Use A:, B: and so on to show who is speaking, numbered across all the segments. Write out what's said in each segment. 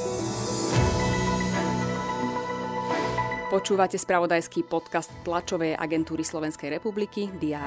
A: Počúvate spravodajský podcast tlačovej agentúry Slovenskej republiky DR.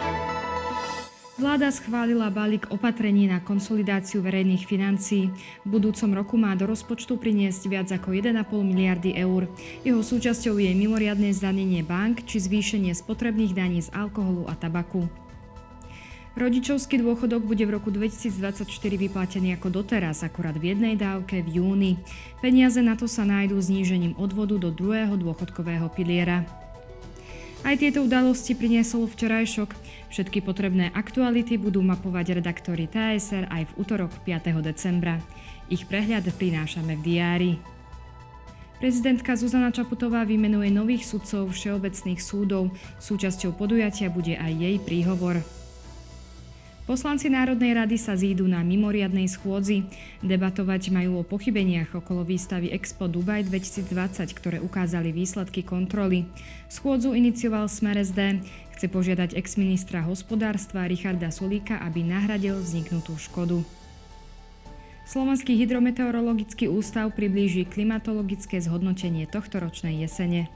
B: Vláda schválila balík opatrení na konsolidáciu verejných financií. V budúcom roku má do rozpočtu priniesť viac ako 1,5 miliardy eur. Jeho súčasťou je mimoriadne zdanenie bank či zvýšenie spotrebných daní z alkoholu a tabaku. Rodičovský dôchodok bude v roku 2024 vyplatený ako doteraz, akurát v jednej dávke v júni. Peniaze na to sa nájdú znížením odvodu do druhého dôchodkového piliera. Aj tieto udalosti priniesol včerajšok. Všetky potrebné aktuality budú mapovať redaktori TSR aj v utorok 5. decembra. Ich prehľad prinášame v diári. Prezidentka Zuzana Čaputová vymenuje nových sudcov všeobecných súdov. Súčasťou podujatia bude aj jej príhovor. Poslanci Národnej rady sa zídu na mimoriadnej schôdzi. Debatovať majú o pochybeniach okolo výstavy Expo Dubaj 2020, ktoré ukázali výsledky kontroly. Schôdzu inicioval Smer SD. Chce požiadať exministra hospodárstva Richarda Sulíka, aby nahradil vzniknutú škodu. Slovenský hydrometeorologický ústav priblíži klimatologické zhodnotenie tohtoročnej jesene.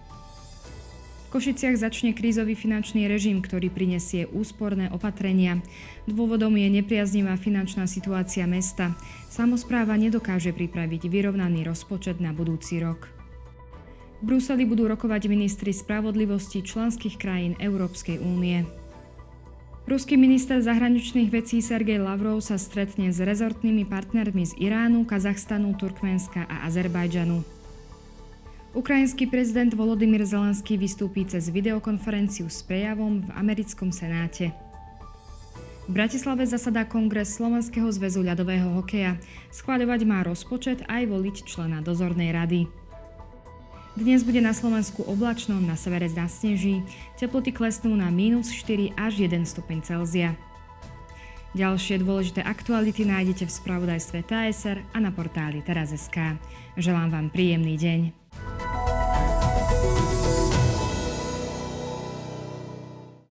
B: V Košiciach začne krízový finančný režim, ktorý prinesie úsporné opatrenia. Dôvodom je nepriaznivá finančná situácia mesta. Samospráva nedokáže pripraviť vyrovnaný rozpočet na budúci rok. V Bruseli budú rokovať ministri spravodlivosti členských krajín Európskej únie. Ruský minister zahraničných vecí Sergej Lavrov sa stretne s rezortnými partnermi z Iránu, Kazachstanu, Turkménska a Azerbajdžanu. Ukrajinský prezident Volodymyr Zelenský vystúpi cez videokonferenciu s prejavom v americkom senáte. V Bratislave zasadá kongres Slovenského zväzu ľadového hokeja. Schvaľovať má rozpočet aj voliť člena dozornej rady. Dnes bude na Slovensku oblačno, na severe nasneží, teploty klesnú na -4 až 1 stupeň Celzia. Ďalšie dôležité aktuality nájdete v spravodajstve TSR a na portáli teraz.sk. Želám vám príjemný deň.